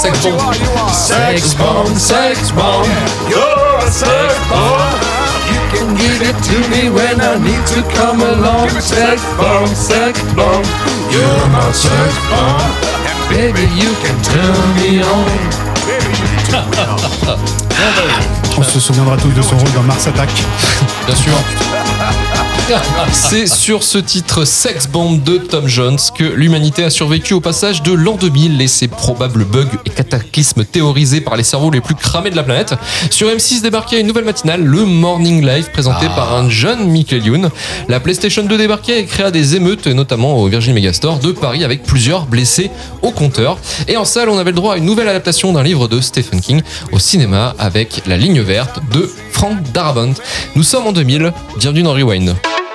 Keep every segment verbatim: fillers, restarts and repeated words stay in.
sex bomb. Sex bomb, sex bomb. You're a sex bomb. You can give it to me when I need to come along. Sex bomb, sex bomb. You're my sex bomb. Baby, you can turn me on. On se souviendra tous de son rôle dans Mars Attack. Bien sûr. C'est sur ce titre Sex Bomb de Tom Jones que l'humanité a survécu au passage de l'an deux mille et ses probables bugs et cataclysmes théorisés par les cerveaux les plus cramés de la planète. Sur M six débarquait une nouvelle matinale, le Morning Live, présenté ah. par un jeune Michael Youn. La PlayStation deux débarquait et créa des émeutes, notamment au Virgin Megastore de Paris, avec plusieurs blessés au compteur. Et en salle, on avait le droit à une nouvelle adaptation d'un livre de Stephen King au cinéma avec La Ligne Verte de Frank Darabont. Nous sommes en deux mille, bienvenue dans Rewind.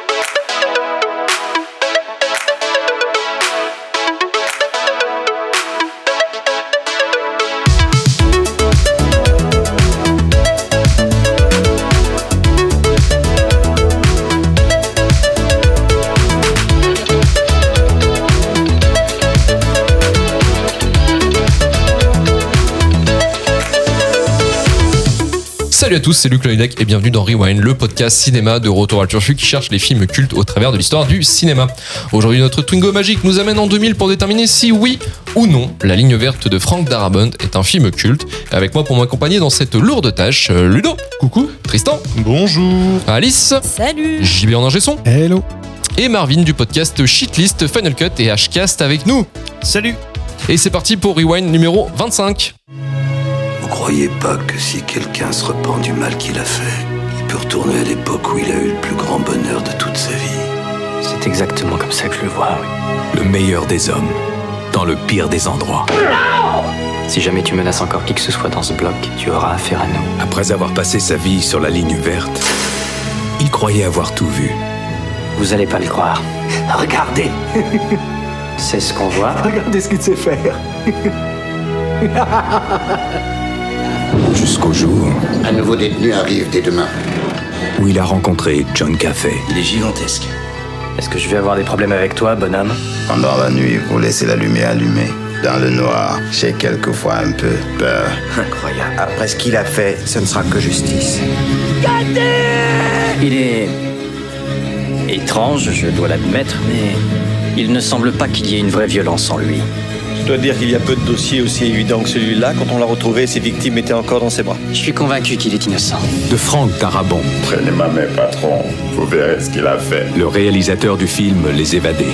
Salut à tous, c'est Luc Loïdec et bienvenue dans Rewind, le podcast cinéma de Retour à Turfu qui cherche les films cultes au travers de l'histoire du cinéma. Aujourd'hui, notre Twingo magique nous amène en deux mille pour déterminer si oui ou non La Ligne Verte de Frank Darabont est un film culte. Et avec moi pour m'accompagner dans cette lourde tâche, Ludo. Coucou. Tristan. Bonjour. Alice. Salut. J B en ingé son. Hello. Et Marvin du podcast Shitlist, Final Cut et Hcast avec nous. Salut. Et c'est parti pour Rewind numéro vingt-cinq. Vous croyez pas que si quelqu'un se repent du mal qu'il a fait, il peut retourner à l'époque où il a eu le plus grand bonheur de toute sa vie? C'est exactement comme ça que je le vois, oui. Le meilleur des hommes, dans le pire des endroits. Non! Si jamais tu menaces encore qui que ce soit dans ce bloc, tu auras affaire à nous. Après avoir passé sa vie sur la ligne verte, il croyait avoir tout vu. Vous allez pas le croire. Regardez! C'est ce qu'on voit. Regardez ce qu'il sait faire! Jusqu'au jour Un nouveau détenu arrive dès demain. où il a rencontré John Caffey. Il est gigantesque. Est-ce que je vais avoir des problèmes avec toi, bonhomme? Pendant la nuit, vous laissez la lumière allumée. Dans le noir, j'ai quelquefois un peu peur. Incroyable. Après ce qu'il a fait, ce ne sera que justice. Il est étrange, je dois l'admettre, mais il ne semble pas qu'il y ait une vraie violence en lui. Je dois dire qu'il y a peu de dossiers aussi évidents que celui-là. Quand on l'a retrouvé, ses victimes étaient encore dans ses bras. Je suis convaincu qu'il est innocent. De Frank Darabont, Prenez ma main, patron. Vous verrez ce qu'il a fait. le réalisateur du film Les Évadés.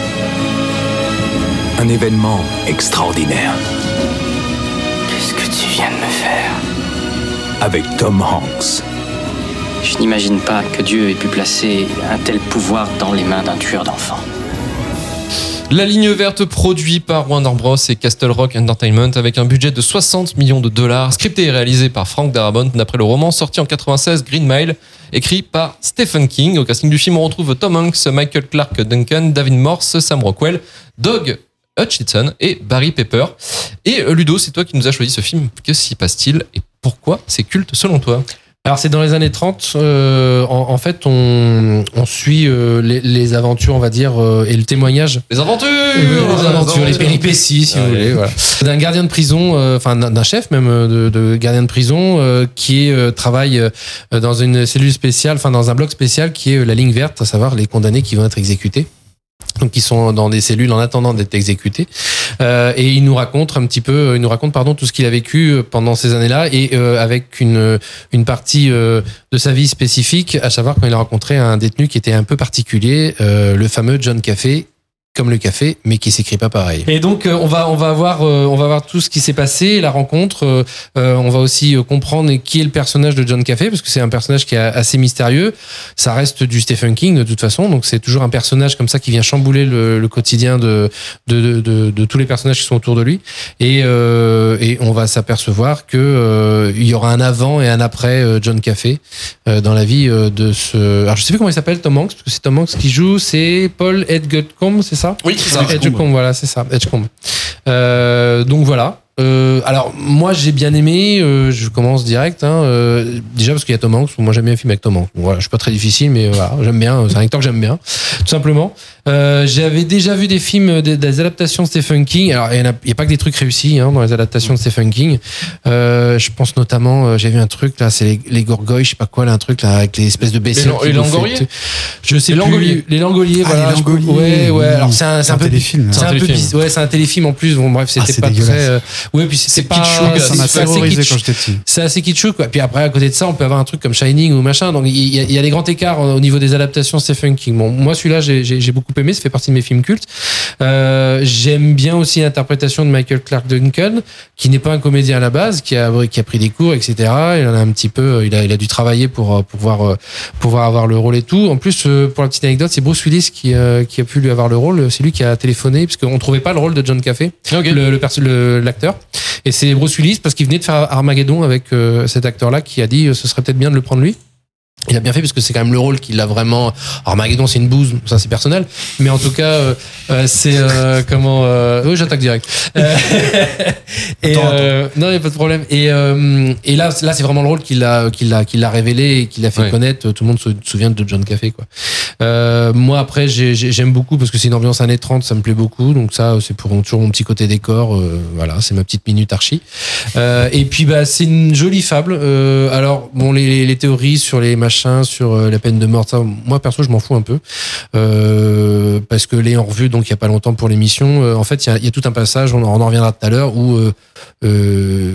Un événement extraordinaire Qu'est-ce que tu viens de me faire? avec Tom Hanks. Je n'imagine pas que Dieu ait pu placer un tel pouvoir dans les mains d'un tueur d'enfants. La Ligne Verte, produit par Warner Bros et Castle Rock Entertainment avec un budget de soixante millions de dollars, scripté et réalisé par Frank Darabont d'après le roman sorti en quatre-vingt-seize Green Mile, écrit par Stephen King. Au casting du film, on retrouve Tom Hanks, Michael Clarke Duncan, David Morse, Sam Rockwell, Doug Hutchison et Barry Pepper. Et Ludo, c'est toi qui nous as choisi ce film. Que s'y passe-t-il et pourquoi c'est culte selon toi ? Alors c'est dans les années trente, euh, en, en fait on, on suit euh, les, les aventures on va dire euh, et le témoignage. Les aventures Les aventures, les péripéties si ouais. vous voulez, voilà. D'un gardien de prison, enfin euh, d'un chef même de, de gardien de prison euh, qui est, euh, travaille euh, dans une cellule spéciale, enfin dans un bloc spécial qui est la ligne verte, à savoir les condamnés qui vont être exécutés. Donc ils sont dans des cellules en attendant d'être exécutés euh, et il nous raconte un petit peu, il nous raconte pardon tout ce qu'il a vécu pendant ces années-là et euh, avec une une partie euh, de sa vie spécifique, à savoir quand il a rencontré un détenu qui était un peu particulier, euh, le fameux John Caffey. Comme le café, mais qui s'écrit pas pareil. Et donc euh, on va on va voir euh, on va voir tout ce qui s'est passé, la rencontre. Euh, euh, on va aussi euh, comprendre qui est le personnage de John Caffey, parce que c'est un personnage qui est assez mystérieux. Ça reste du Stephen King de toute façon, donc c'est toujours un personnage comme ça qui vient chambouler le, le quotidien de de, de de de tous les personnages qui sont autour de lui. Et euh, et on va s'apercevoir que euh, il y aura un avant et un après euh, John Caffey euh, dans la vie euh, de ce. Alors je sais plus comment il s'appelle, Tom Hanks, parce que c'est Tom Hanks qui joue, c'est Paul Edgecombe, c'est ça? Oui, c'est ça. Edgecombe, voilà, c'est ça, Edgecombe. Euh, donc voilà, Euh, alors moi j'ai bien aimé, euh, je commence direct. Hein, euh, déjà parce qu'il y a Tom Hanks. Moi j'aime bien un film avec Tom Hanks. Bon, voilà, je suis pas très difficile, mais voilà, j'aime bien. C'est un acteur que j'aime bien, tout simplement. Euh, j'avais déjà vu des films, des, des adaptations de Stephen King. Alors il y, y a pas que des trucs réussis hein, dans les adaptations de Stephen King. Euh, je pense notamment, euh, j'ai vu un truc là, c'est les, les Gorgoïs, je sais pas quoi, là, un truc là avec les espèces de bestioles. Les, les Langoliers. Je sais les plus. Langoliers. Les Langoliers. Ah, voilà. les Langoliers. Ouais, ouais. Alors c'est un, c'est C'est un, un peu téléfilm. C'est C'est un un peu téléfilm. bis- ouais, c'est un téléfilm en plus. Bon bref, c'était Ah, c'est pas dégueulasse. très. Euh, ouais, puis c'est pas. kitschou, Ça m'a c'est assez terrorisé kitsch. quand j'étais petit. C'est assez kitschou, quoi. Puis après, à côté de ça, on peut avoir un truc comme Shining ou machin. Donc, il y a, il y a des grands écarts au niveau des adaptations Stephen King. Bon, moi, celui-là, j'ai, j'ai, j'ai beaucoup aimé. Ça fait partie de mes films cultes. Euh, j'aime bien aussi l'interprétation de Michael Clarke Duncan, qui n'est pas un comédien à la base, qui a, qui a pris des cours, et cetera. Il en a un petit peu, il a, il a dû travailler pour pouvoir, pouvoir avoir le rôle et tout. En plus, pour la petite anecdote, c'est Bruce Willis qui, qui a pu lui avoir le rôle. C'est lui qui a téléphoné, parce qu'on trouvait pas le rôle de John Caffey, Okay. le, le, perso- le, l'acteur. Et c'est Bruce Willis, parce qu'il venait de faire Armageddon avec euh, cet acteur-là, qui a dit euh, ce serait peut-être bien de le prendre lui. Il a bien fait parce que c'est quand même le rôle qu'il a vraiment. Armageddon, c'est une bouse, ça c'est personnel, mais en tout cas, euh, euh, c'est euh, comment. Euh... Oui, j'attaque direct. Euh... et Attends, euh... non, il y a pas de problème. Et, euh... et là, là, c'est vraiment le rôle qu'il a, qu'il a, qu'il a révélé et qu'il a fait Ouais. connaître. Tout le monde se souvient de John Caffey, quoi. Euh, moi, après, j'ai, j'ai, j'aime beaucoup parce que c'est une ambiance années trente, ça me plaît beaucoup. Donc ça, c'est pour toujours mon petit côté décor. Euh, voilà, c'est ma petite minute archi. Euh, et puis, bah, c'est une jolie fable. Euh, alors, bon, les, les théories sur les machins, sur euh, la peine de mort, ça, moi perso, je m'en fous un peu euh, parce que l'ayant revu donc il y a pas longtemps pour l'émission, euh, en fait, il y a, il y a tout un passage, on, on en reviendra tout à l'heure, où euh, euh,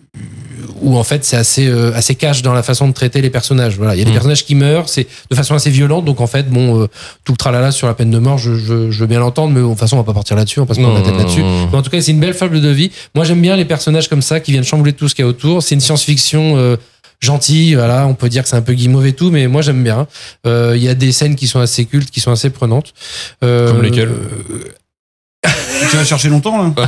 où en fait c'est assez euh, assez cash dans la façon de traiter les personnages. Voilà, il y a des Mmh. personnages qui meurent, c'est de façon assez violente, donc en fait bon, euh, tout le tralala sur la peine de mort, je, je, je veux bien l'entendre, mais bon, de toute façon on va pas partir là-dessus, on va pas se prendre la tête là-dessus. Mais en tout cas, c'est une belle fable de vie. Moi, j'aime bien les personnages comme ça qui viennent chambouler tout ce qu'il y a autour. C'est une science-fiction euh, gentille, voilà. On peut dire que c'est un peu guimauve et tout, mais moi j'aime bien. Il euh, y a des scènes qui sont assez cultes, qui sont assez prenantes. Euh, Comme lesquelles euh, Tu vas chercher longtemps, là?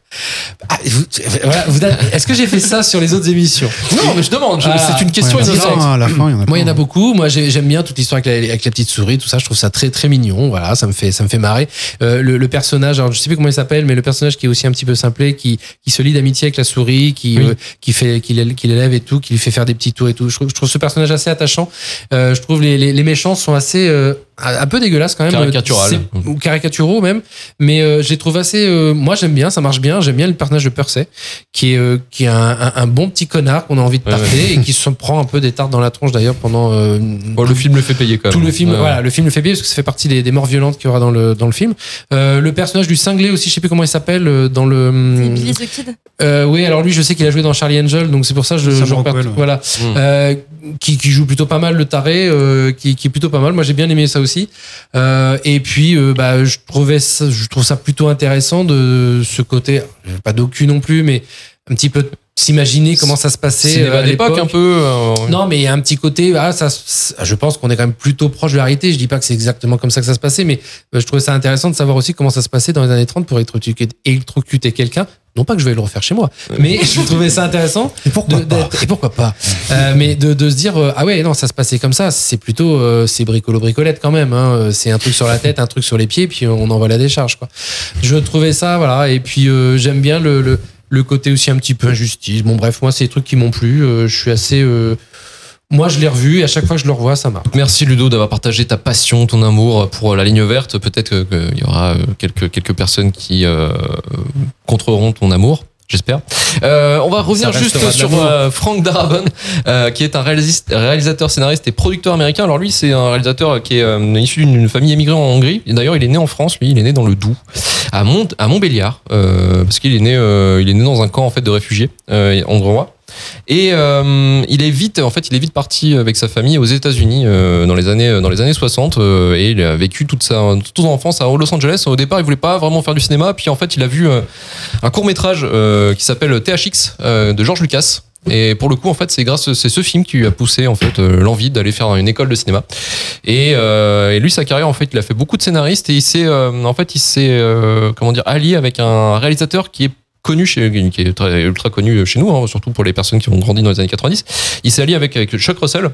ah, vous, voilà, vous, est-ce que j'ai fait ça sur les autres émissions? Non, mais je demande. je- Ah, c'est une question Ouais, à la innocente. fin, à la fin, il y en a Moi, il y en pas. a beaucoup. Moi, j'ai- j'aime bien toute l'histoire avec la, avec la petite souris, tout ça. Je trouve ça très, très mignon. Voilà, ça me fait, ça me fait marrer. Euh, le, le personnage, alors je sais plus comment il s'appelle, mais le personnage qui est aussi un petit peu simplé, qui, qui se lie d'amitié avec la souris, qui, Oui. euh, qui fait, qui l'élève, qui l'élève et tout, qui lui fait faire des petits tours et tout. Je trouve, je trouve ce personnage assez attachant. Euh, je trouve les, les, les méchants sont assez, euh, un peu dégueulasses quand même. Caricatural. C'est- Ou caricaturaux même. Mais euh, je les trouve assez. Euh, moi, j'aime bien, ça marche bien. J'aime bien le personnage de Percy, qui est, euh, qui est un, un, un bon petit connard qu'on a envie de Ouais, tarter et qui se prend un peu des tartes dans la tronche d'ailleurs pendant. Euh, Bon, le film le fait payer quand même. tout le film, Ouais. voilà, le film le fait bien parce que ça fait partie des, des morts violentes qu'il y aura dans le dans le film. Euh, le personnage du cinglé aussi, je sais plus comment il s'appelle euh, dans le. C'est Billy the Kid. Euh, oui, alors lui, je sais qu'il a joué dans Charlie Angel, donc c'est pour ça que je, Sam je repère- Rockwell, ouais. voilà, Mm. euh, qui, qui joue plutôt pas mal le taré, euh, qui, qui est plutôt pas mal. Moi, j'ai bien aimé ça aussi. Euh, et puis, euh, bah, je trouvais, ça, je trouve ça plutôt intéressant de ce côté, pas docu non plus, mais un petit peu s'imaginer comment ça se passait Cinéma euh, à d'époque l'époque. un peu. euh, Non, mais il y a un petit côté. Ah, ça, ça- je pense qu'on est quand même plutôt proche de la réalité. Je dis pas que c'est exactement comme ça que ça se passait, mais euh, je trouvais ça intéressant de savoir aussi comment ça se passait dans les années trente pour électrocuter, électrocuter quelqu'un. Non pas que je vais le refaire chez moi, mais je trouvais ça intéressant. Et pourquoi de- pas d'être- Et pourquoi pas Euh, Mais de, de se dire euh, ah ouais non ça se passait comme ça. C'est plutôt euh, c'est bricolo bricolette quand même. Hein. C'est un truc sur la tête, un truc sur les pieds, puis on envoie la décharge quoi. Je trouvais ça voilà. Et puis euh, j'aime bien le, le le côté aussi un petit peu injustice. Bon bref moi c'est des trucs qui m'ont plu. Euh, je suis assez euh, moi, je l'ai revu et à chaque fois que je le revois, ça marche. Merci Ludo d'avoir partagé ta passion, ton amour pour la ligne verte. Peut-être que- qu'il y aura euh, quelques, quelques personnes qui euh, contreront ton amour. J'espère. Euh, on va revenir Ça juste restera de sur l'amour. euh, Frank Darabont, euh, qui est un réalis- réalisateur, scénariste et producteur américain. Alors lui, c'est un réalisateur qui est euh, issu d'une famille émigrée en Hongrie. Et d'ailleurs, il est né en France. Lui, il est né dans le Doubs, à, Mont à Montbéliard, euh, parce qu'il est né, euh, il est né dans un camp en fait de réfugiés euh, hongrois. Et euh, il est vite, en fait, il est vite parti avec sa famille aux États-Unis euh, dans les années dans les années soixante euh, et il a vécu toute sa toute son enfance à Los Angeles. Au départ, il voulait pas vraiment faire du cinéma, puis en fait, il a vu euh, un court métrage euh, qui s'appelle T H X euh, de George Lucas. Et pour le coup, en fait, c'est grâce, c'est ce film qui lui a poussé en fait euh, l'envie d'aller faire une école de cinéma. Et, euh, et lui, sa carrière, en fait, il a fait beaucoup de scénaristes et il s'est, euh, en fait, il s'est, euh, comment dire, allié avec un réalisateur qui est connu chez, qui est très, ultra connu chez nous, hein, surtout pour les personnes qui ont grandi dans les années quatre-vingt-dix. Il s'est allié avec, avec Chuck Russell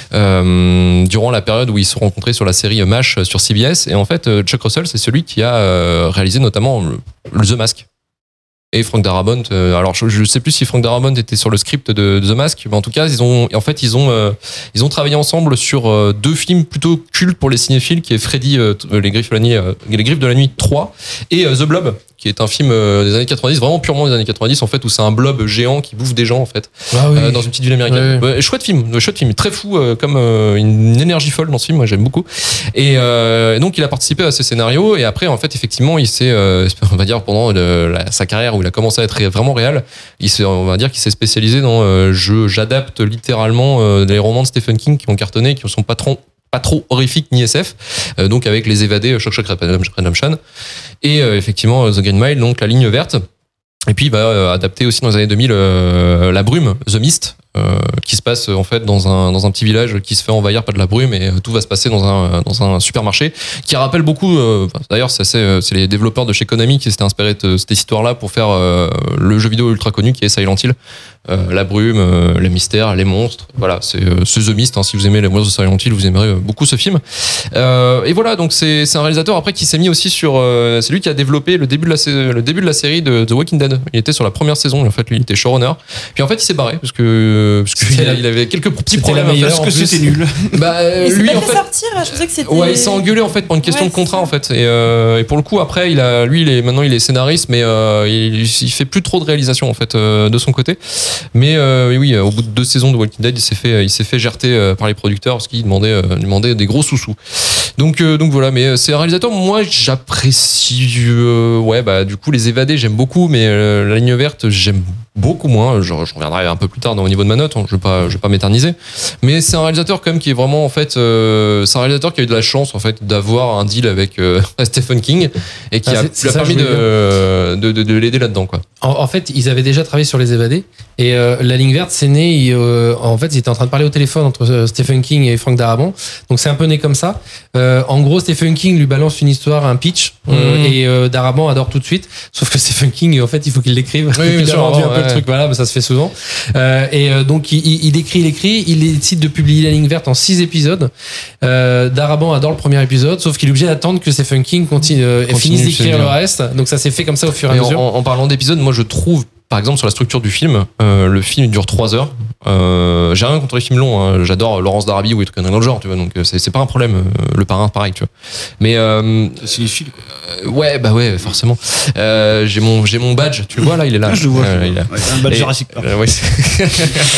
euh, durant la période où ils se sont rencontrés sur la série MASH sur C B S. Et en fait, Chuck Russell, c'est celui qui a euh, réalisé notamment le, le The Mask. et Frank Darabont. Euh, alors je, je sais plus si Frank Darabont était sur le script de, de The Mask, mais en tout cas ils ont, en fait ils ont, euh, ils ont travaillé ensemble sur euh, deux films plutôt cultes pour les cinéphiles, qui est Freddy, euh, les griffes de la nuit, euh, les griffes de la nuit trois et euh, The Blob, qui est un film euh, des années quatre-vingt-dix, vraiment purement des années quatre-vingt-dix en fait, où c'est un blob géant qui bouffe des gens en fait, Ah oui. euh, dans une petite ville américaine. Ouais. Ouais, chouette film, chouette film, très fou, euh, comme euh, une énergie folle dans ce film, moi j'aime beaucoup. Et, euh, et donc il a participé à ce scénario, et après en fait effectivement il s'est, euh, on va dire pendant le, la, sa carrière où il a commencé à être ré- vraiment réel, il s'est, on va dire qu'il s'est spécialisé dans euh, je, j'adapte littéralement euh, les romans de Stephen King qui ont cartonné, qui sont pas trop pas trop horrifiques ni S F, euh, donc avec Les Évadés, Shock Shock Redemption, et euh, effectivement The Green Mile, donc La Ligne Verte. Et puis il va euh, adapter aussi dans les années deux mille euh, La Brume, The Mist, euh, qui se passe en fait dans un dans un petit village qui se fait envahir par de la brume, et euh, tout va se passer dans un dans un supermarché qui rappelle beaucoup. Euh, d'ailleurs, c'est c'est, c'est les développeurs de chez Konami qui s'étaient inspirés de cette histoire-là pour faire euh, le jeu vidéo ultra connu qui est Silent Hill. Euh, la brume, euh, le mystère, les monstres. Voilà, c'est, euh, c'est The Mist. Hein, si vous aimez les monstres de Silent Hill, vous aimerez euh, beaucoup ce film. Euh, et voilà, donc c'est, c'est un réalisateur après qui s'est mis aussi sur. Euh, c'est lui qui a développé le début de la le début de la série de The Walking Dead. Il était sur la première saison. En fait, lui, il était showrunner. Puis en fait, il s'est barré parce que parce que il, la, il avait quelques petits c'était problèmes. La meilleure, parce que plus. c'était nul. Bah euh, Il lui s'est en pas fait. fait sortir, je pensais que c'était. Ouais, il s'est engueulé en fait pour une question Ouais, de contrat c'est en fait. Et, euh, et pour le coup, après, il a, lui, il est maintenant il est scénariste, mais euh, il, il fait plus trop de réalisation en fait euh, de son côté. Mais euh, oui, au bout de deux saisons de Walking Dead, il s'est fait, il s'est fait jerter euh, par les producteurs parce qu'ils demandaient, euh, demandaient des gros sous-sous. Donc, euh, donc voilà. Mais c'est un réalisateur. Moi, j'apprécie. Euh, ouais, bah du coup, Les Évadés, j'aime beaucoup, mais euh, La Ligne Verte, j'aime beaucoup moins. Je, je reviendrai un peu plus tard dans, au niveau de ma note. Hein, je vais pas, je vais pas m'éterniser. Mais c'est un réalisateur quand même qui est vraiment en fait, euh, c'est un réalisateur qui a eu de la chance en fait d'avoir un deal avec euh, Stephen King et qui Ah, a, c'est- c'est lui a ça que permis je voulais de, de, de, de l'aider là-dedans quoi. En, en fait, ils avaient déjà travaillé sur Les Évadés, et euh, La Ligne Verte, c'est né. il, euh, en fait, ils étaient en train de parler au téléphone entre euh, Stephen King et Frank Darabont. Donc c'est un peu né comme ça. Euh, en gros, Stephen King lui balance une histoire, un pitch, euh, Mhm. et euh, Darabont adore tout de suite. Sauf que Stephen King, en fait, il faut qu'il l'écrive. Oui, il bien a sûr, vendu un ouais, peu le ouais. truc, voilà, mais ça se fait souvent. Euh, et euh, donc il, il, il écrit, il écrit, il décide de publier La Ligne Verte en six épisodes. Euh, Darabont adore le premier épisode, sauf qu'il est obligé d'attendre que Stephen King continue, euh, et Continue, finisse c'est d'écrire bien. le reste. Donc ça s'est fait comme ça au fur et à Et en, mesure. en- en parlant d'épisodes, moi je trouve, par exemple sur la structure du film, euh, le film dure trois heures. Euh, j'ai rien contre les films longs. Hein. J'adore Laurence d'Arabie ou des trucs dans le genre, tu vois. Donc c'est, c'est pas un problème. Euh, Le Parrain, pareil, tu vois. Mais euh, C'est les films. euh, ouais, bah ouais, forcément. Euh, j'ai mon, j'ai mon badge. Tu le vois là, il est là. Ah, je le vois. Euh, il est là. Ouais, un badge Et- Jurassic Park. Euh, ouais, c'est-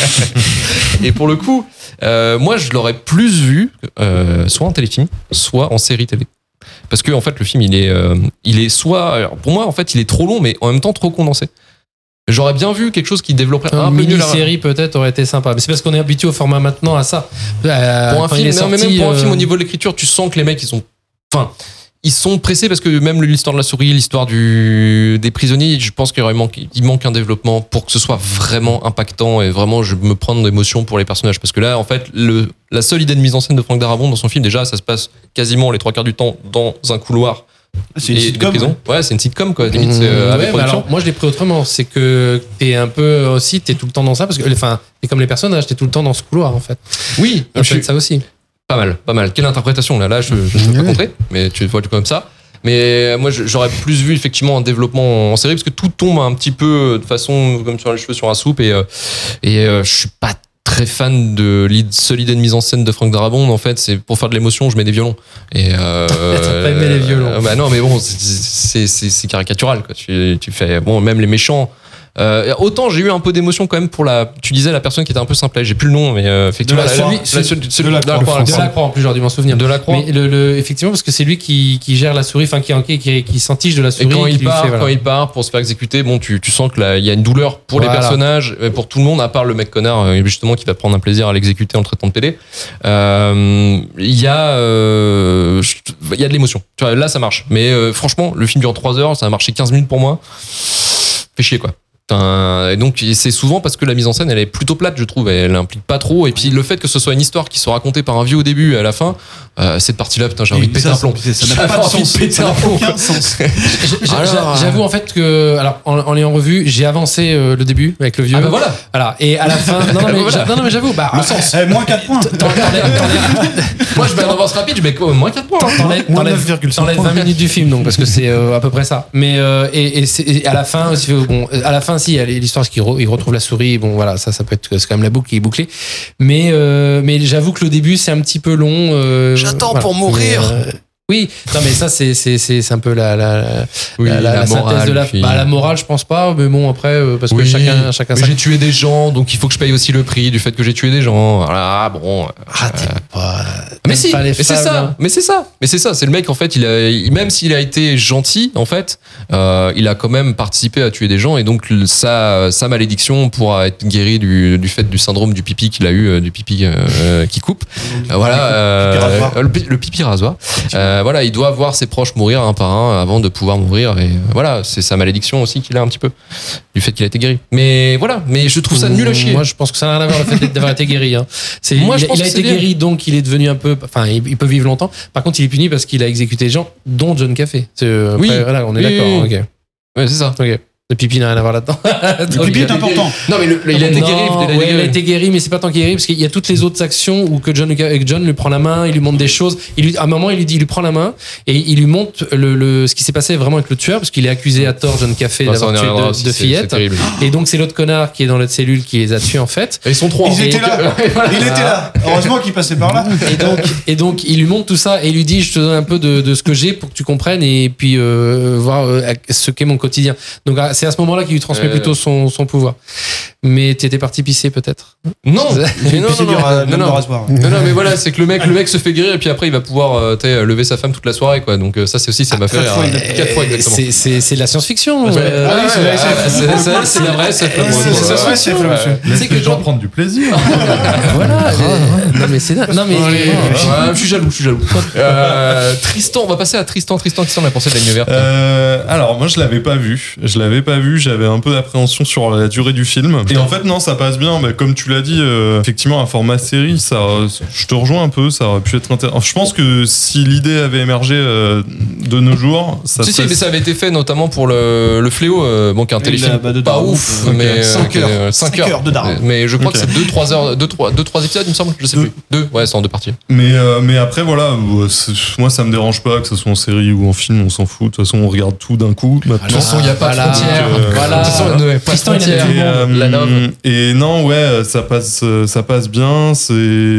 et pour le coup, euh, moi, je l'aurais plus vu euh, soit en téléfilm, soit en série télé. Parce que en fait, le film, il est, euh, il est soit, alors, pour moi, en fait, il est trop long, mais en même temps trop condensé. J'aurais bien vu quelque chose qui développerait un, Un peu mieux la. mini-série peut-être aurait été sympa. Mais c'est parce qu'on est habitué au format maintenant à ça. Euh, Pour un quand film, il est non, mais sorti, même pour un euh, film au niveau de l'écriture, tu sens que les mecs, ils sont, enfin, ils sont pressés parce que même l'histoire de la souris, l'histoire du des prisonniers, je pense qu'il y aurait manqué, il manque un développement pour que ce soit vraiment impactant et vraiment je me prendre d'émotion pour les personnages. Parce que là, en fait, le la seule idée de mise en scène de Frank Darabont dans son film, déjà, ça se passe quasiment les trois quarts du temps dans un couloir. C'est une et sitcom. des prisons. Ouais, c'est une sitcom quoi. Limite, c'est euh, Ouais, avec mais production. alors, moi je l'ai pris autrement, c'est que t'es un peu aussi, t'es tout le temps dans ça, parce que, enfin, t'es comme les personnages, t'es tout le temps dans ce couloir en fait. Oui, Ça je peut suis être ça aussi. pas mal, pas mal. Quelle interprétation là, là, je, je ne peux pas contrer, mais tu le vois comme ça. Mais moi, je- j'aurais plus vu effectivement un développement en série parce que tout tombe un petit peu de façon comme sur les cheveux sur la soupe et euh, et euh, je suis pas très fan de l'id- seule idée de mise en scène de Frank Darabont. En fait, c'est pour faire de l'émotion, je mets des violons. Et euh, T'as pas aimé les violons. euh, Bah non, mais bon, c'est- c'est c'est- c'est caricatural. Quoi. Tu, tu fais bon, même les méchants. Euh, autant j'ai eu un peu d'émotion quand même pour la. Tu disais la personne qui était un peu simple. J'ai plus le nom, mais euh, effectivement, De la la- Croix. la- celui- celui- De la de Croix, Croix, le De Français. la croix en plus, j'aurais dû m'en souvenir. de la Croix. Mais le, le- effectivement, parce que c'est lui qui, qui gère la souris, enfin qui, qui, qui, qui s'en tige de la Et souris. quand qui il lui part, fait, voilà. quand il part pour se faire exécuter, bon, tu, tu sens que là, il y a une douleur pour Voilà. les personnages, et pour tout le monde, à part le mec connard, euh, justement, qui va prendre un plaisir à l'exécuter en le traitant de pédé. Euh, Il y a, euh, je- il y a de l'émotion. Tu vois, là, ça marche. Mais euh, franchement, le film dure trois heures, ça a marché quinze minutes pour moi. Fait chier, quoi. T'as- Et donc c'est souvent parce que la mise en scène elle est plutôt plate, je trouve, elle implique pas trop, et puis le fait que ce soit une histoire qui soit racontée par un vieux au début et à la fin, euh, cette partie là putain j'ai envie de péter ça, un plomb. ça- ça n'a J'ai pas de envie sens. péter Ça un n'a plomb. aucun sens. J'- Alors, J'avoue en fait que, alors en, en l'ayant revu, j'ai avancé euh, le début avec le vieux. Ah bah voilà. Voilà. Et à la fin, non, non, mais, Voilà. j'a- non, non, mais j'avoue, bah, Le sens. Eh, moins quatre points. t'en- t'en- t'en- Moi je mets un avance rapide, je mets quoi, moins quatre points. hein. T'enlèves Moins t'enlèves- neuf virgule cinq t'enlèves points. vingt minutes du film, donc, parce que c'est euh, à peu près ça. Mais, euh, et, et, c'est- et à la fin, aussi, bon, à la fin, si, il y a l'histoire qu'il re- il retrouve la souris, bon, voilà, ça, ça peut être, c'est quand même la boucle qui est bouclée. Mais, euh, mais j'avoue que le début, c'est un petit peu long. euh, J'attends voilà. pour mourir. Mais, euh, oui, non, mais ça, c'est, c'est, c'est, c'est un peu la, la, la, Oui, la, la- la la synthèse morale, de la, puis- bah, la morale, je pense pas, mais bon, après, euh, parce que Oui, chacun, chacun mais sa- j'ai tué des gens, donc il faut que je paye aussi le prix du fait que j'ai tué des gens. Voilà, bon. euh, Ah, t'es pas, Mais t'aimes si, pas les mais c'est femmes, ça, hein. mais c'est ça, mais c'est ça. C'est le mec en fait, il a, il- même s'il a été gentil en fait, euh, il a quand même participé à tuer des gens et donc le- sa, sa malédiction pourra être guérie du, du fait du syndrome du pipi qu'il a eu, euh, du pipi euh, qui coupe. Euh, voilà, euh, pipi rasoir. le, pi- le pipi rasoir. Euh, voilà, il doit voir ses proches mourir un par un avant de pouvoir mourir et euh, voilà, c'est sa malédiction aussi qu'il a un petit peu du fait qu'il a été guéri. Mais voilà, mais je trouve ça nul à chier. Moi, je pense que ça n'a rien à voir le fait d'avoir été guéri. Hein. C'est, Moi, il, je a- pense il a que été c'est bien. guéri, donc il est devenu un peu. Enfin, il, il peut vivre longtemps. Par contre, il est puni parce qu'il a exécuté des gens, dont John Caffey. C'est, euh, après, Oui. voilà, on est Oui, d'accord. oui, Ok. Ouais, c'est ça. Ok. Le pipi n'a rien à voir là-dedans. Le Donc, pipi il est a- important. Non mais le- il a été Non, guéri. il a été ouais, il a guéri. été guéri, mais c'est pas tant qu'il est guéri parce qu'il y a toutes les autres actions où que John, John lui prend la main, il lui montre des choses. Il lui, à un moment, il lui dit, il lui prend la main et il lui montre le, le ce qui s'est passé vraiment avec le tueur parce qu'il est accusé à tort John Caffey Non, ça, d'avoir on y tué reviendra deux, aussi, deux c'est- fillettes. c'est terrible. Et donc c'est l'autre connard qui est dans l'autre cellule qui les a tués en fait. Et ils sont trois. Ils hein. étaient là. Il était là. Heureusement qu'il passait par là. Et donc, et donc, il lui montre tout ça et il lui dit, je te donne un peu de, de ce que j'ai pour que tu comprennes et puis euh, voir euh, ce qu'est mon quotidien. Donc, c'est à ce moment-là qu'il lui transmet Euh. plutôt son, son pouvoir. Mais t'étais parti pisser peut-être. Non, mais non, Pisser non, du ra- non, même non. de rasoir. Non, non, mais voilà, c'est que le mec, le mec se fait guérir et puis après il va pouvoir euh, t'sais, lever sa femme toute la soirée, quoi. Donc euh, ça, c'est aussi, ça m'a fait quatre rire. fois, hein. exactement. Quatre fois exactement. C'est, c'est, c'est de la science-fiction. Ouais. euh, Ah oui, c'est de la ouais, S F. c'est- C'est- c'est de la vraie S F, là, Ouais, pour le c'est- coup. c'est- Ouais. c'est- c'est- c'est- c'est- Tu Laisse sais que les gens genre- prendre du plaisir. Voilà. euh, non mais c'est non mais Ouais, je suis jaloux, je suis jaloux. Euh, Tristan, on va passer à Tristan. Tristan, qu'est-ce qu'on a pensé de la ligne verte? Euh, alors moi je l'avais pas vu, je l'avais pas vu, j'avais un peu d'appréhension sur la durée du film. Et en fait non, ça passe bien. Mais comme tu l'as dit, euh, effectivement un format série, ça, je te rejoins un peu, ça aurait pu être intéressant. Je pense que si l'idée avait émergé euh, de nos jours, ça Si, si, serait- mais ça avait été fait notamment pour le, le Fléau, euh, bon, qui est un Et téléfilm la- bah, de pas Darwin, ouf, ok. mais Cinq euh, heures. euh, cinq Cinq heures de Darwin. Mais je crois Ok. que c'est deux trois heures, deux trois deux trois épisodes, il me semble, je sais Deux. plus. Deux, ouais, c'est en deux parties. Mais, euh, mais après, voilà, euh, c'est- moi ça me dérange pas que ce soit en série ou en film, on s'en fout. De toute façon, on regarde tout d'un coup. De toute Maintenant. façon, il n'y a pas Voilà. de frontières. Euh, Voilà. De toute façon, ouais, pas de Tristan, il a frontières. tout le Et, monde. euh, La love. et non, ouais, ça passe, euh, ça passe bien. C'est,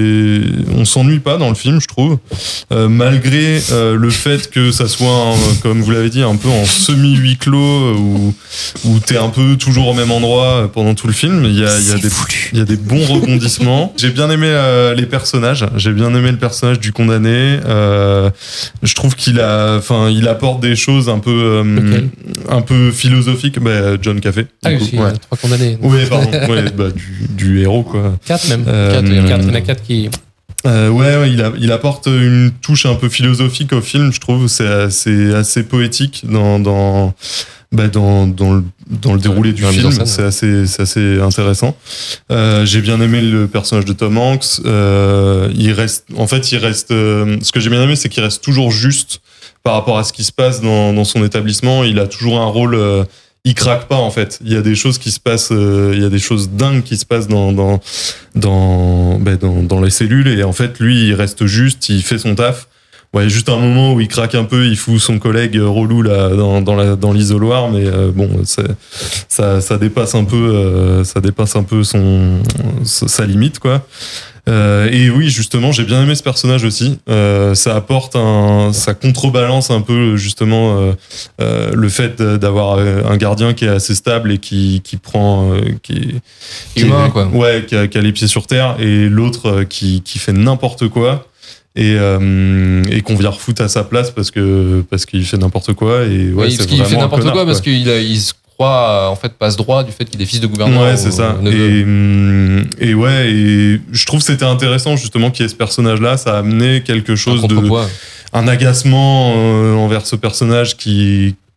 on s'ennuie pas dans le film, je trouve, Euh, malgré euh, le fait que ça soit, un, comme vous l'avez dit, un peu en semi huis clos euh, où où t'es un peu toujours au même endroit pendant tout le film. Il y a, il y a des, il y a des bons rebondissements. J'ai bien aimé euh, les personnages. J'ai bien aimé le personnage du condamné. Euh, je trouve qu'il a, enfin, il apporte des choses un peu, euh, Lequel un peu philosophiques. Bah, John Caffey. Ah du oui, coup, si, il y a ouais. trois condamnés. Oui, pardon. Ouais, bah, du, du héros, quoi. Quatre même. Euh, Quatre, il y en a quatre, il y en a quatre qui. Euh, ouais, ouais, il, a, il apporte une touche un peu philosophique au film, je trouve. C'est assez, assez poétique dans, dans, bah, dans, dans, le, dans le déroulé du Dans la mise en film. scène. C'est assez, c'est assez intéressant. Euh, j'ai bien aimé le personnage de Tom Hanks. Euh, il reste, en fait, il reste. Euh, ce que j'ai bien aimé, c'est qu'il reste toujours juste par rapport à ce qui se passe dans, dans son établissement. Il a toujours un rôle. Euh, il craque pas en fait. Il y a des choses qui se passent, euh, il y a des choses dingues qui se passent dans dans dans, ben, dans dans les cellules et en fait lui il reste juste, il fait son taf. Ouais, juste un moment où il craque un peu, il fout son collègue relou là dans dans la dans l'isoloir, mais euh, bon c'est, ça ça dépasse un peu euh, ça dépasse un peu son sa limite quoi. Euh, et oui, justement, j'ai bien aimé ce personnage aussi. Euh, ça apporte un, ça contrebalance un peu justement euh, euh, le fait d'avoir un gardien qui est assez stable et qui qui prend, euh, qui, qui Humain, est- quoi. ouais, qui a, qui a les pieds sur terre, et l'autre euh, qui qui fait n'importe quoi. Et, euh, et qu'on vient refoutre à sa place parce que parce qu'il fait n'importe quoi et ouais Oui, c'est parce qu'il fait vraiment un n'importe connard, quoi, parce qu'il a- il se croit euh, en fait passe droit du fait qu'il est fils de gouverneur. Ouais, ou c'est ça. neveu. Et, hum, et ouais, et je trouve que c'était intéressant justement qu'il y ait ce personnage-là. Ça a amené quelque Un chose de, contrepoids. un agacement euh, envers ce personnage qui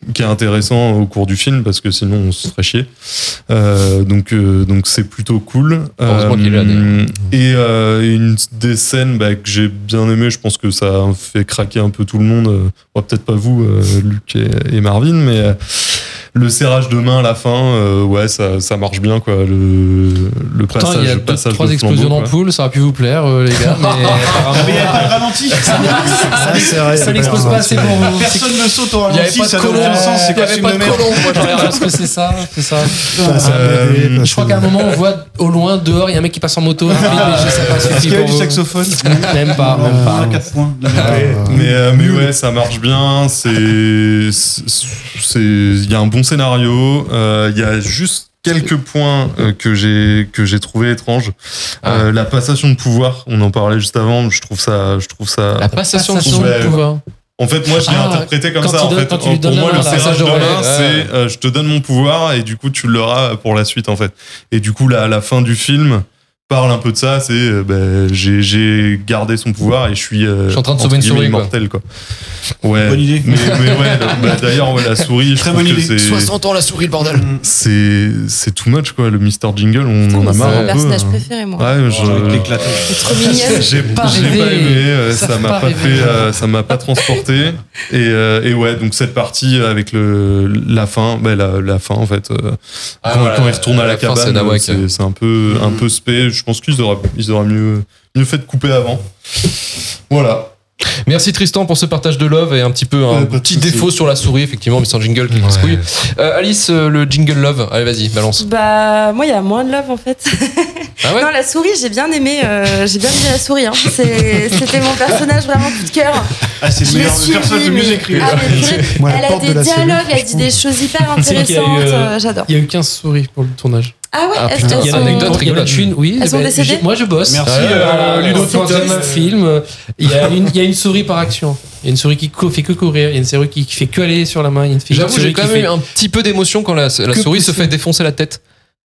qui est intéressant au cours du film parce que sinon on se ferait chier. Euh, donc euh, donc c'est plutôt cool. Heureusement Euh, qu'il est là, d'ailleurs. et euh, une des scènes bah, que j'ai bien aimé, je pense que ça a fait craquer un peu tout le monde. Euh, bon, peut-être pas vous, euh, Luc et, et Marvin, mais euh, le serrage de main à la fin, euh, ouais, ça, ça marche bien quoi. Le, le Pourtant, passage, il y a le deux, passage trois de explosions flambeau, quoi. d'ampoules, ça aurait pu vous plaire, euh, les gars, mais apparemment, Mais il n'y a pas de ralenti. ça, Ah, c'est vrai, il y ça a n'explose pas pas de assez pour vous. Personne ne saute au Il n'y avait ralenti, pas de ça n'a colon, aucun sens, c'est il n'y quoi avait ce pas de film de merde. colon. Moi, j'aurais parce que c'est ça, c'est ça. Ah, c'est un Euh, B D, Je crois qu'à un moment, on voit au loin, dehors, il y a un mec qui passe en moto, rapide, mais je sais pas, Est-ce suffit qu'il y a pour du vous. saxophone? Même pas, même pas. quatre points. Mais, euh, mais ouais, ça marche bien. C'est, c'est, il y a un bon scénario. Euh, Il y a juste quelques points euh, que j'ai que j'ai trouvé étranges. Euh, la passation de pouvoir, on en parlait juste avant. Je trouve ça, je trouve ça. La passation de Passation pouvoir. de pouvoir. En fait, moi, je l'ai Ah, interprété comme quand ça. il En donne- fait, quand tu lui pour donnes moi, la le main, la serrage passage de de relais, main, ouais. c'est euh, je te donne mon pouvoir et du coup, tu l'auras pour la suite, en fait. Et du coup, la, la fin du film parle un peu de ça. C'est euh, ben, j'ai, j'ai gardé son pouvoir et je suis. euh, Je suis en train de entre sauver une guillemets, souris, quoi. immortel, quoi. Ouais. Bonne idée. Mais, mais ouais, le- bah, d'ailleurs, ouais, la souris, je Très trouve bonne que idée. c'est. soixante ans la souris, le bordel. C'est, c'est too much, quoi. Le mister Jingle, on Putain, en a mais marre c'est un mon peu. personnage hein. préféré, moi. Ouais, je. J'ai envie de l'éclater. C'est trop mignonne. J'ai pas j'ai rêvé. pas aimé, euh, Ça ça fait m'a pas pas rêver. fait, euh, ça m'a pas transporté. Et, euh, et ouais, donc cette partie avec le la fin, bah, la, la fin en fait, euh, Ah, quand, voilà, quand il retourne à la, la fin, c'est cabane, Nawak. c'est, c'est un peu un peu spé. Je pense qu'ils auraient ils auraient mieux mieux fait de couper avant. Voilà. Merci Tristan pour ce partage de love et un petit peu un Ouais, pas de petit soucis. défaut sur la souris, effectivement, mister Jingle qui casse couille. Euh, Alice, euh, le jingle love, allez vas-y, balance. Bah, moi, il y a moins de love en fait. Ah ouais Non, la souris, j'ai bien aimé. euh, j'ai bien aimé la souris. Hein. C'est- C'était mon personnage vraiment coup de cœur. Ah, c'est Je le l'ai meilleur suivi, personnage le mais- mieux écrit. Ah, mais purée, Moi, la elle a porte des de la dialogues, cellule, elle dit des choses hyper Tu sais qu'il y a eu, intéressantes. euh, euh, J'adore. Il y a eu quinze souris pour le tournage. Ah ouais, Ah, elles, putain, elles Il y en sont- a anecdote il y en a rigolote. une, oui. Elles eh sont ben, décédées j'ai- Moi, je bosse. Merci, Euh, euh, Ludo, c'est troisième top. film. Il y, a une, il y a une souris par action. Il y a une souris qui cou- fait que courir. Il y a une souris qui, qui fait que aller sur la main. Il y a une fille- J'avoue, une j'ai souris quand qui même eu fait- un petit peu d'émotion quand la, la Que souris se pousser. fait défoncer la tête.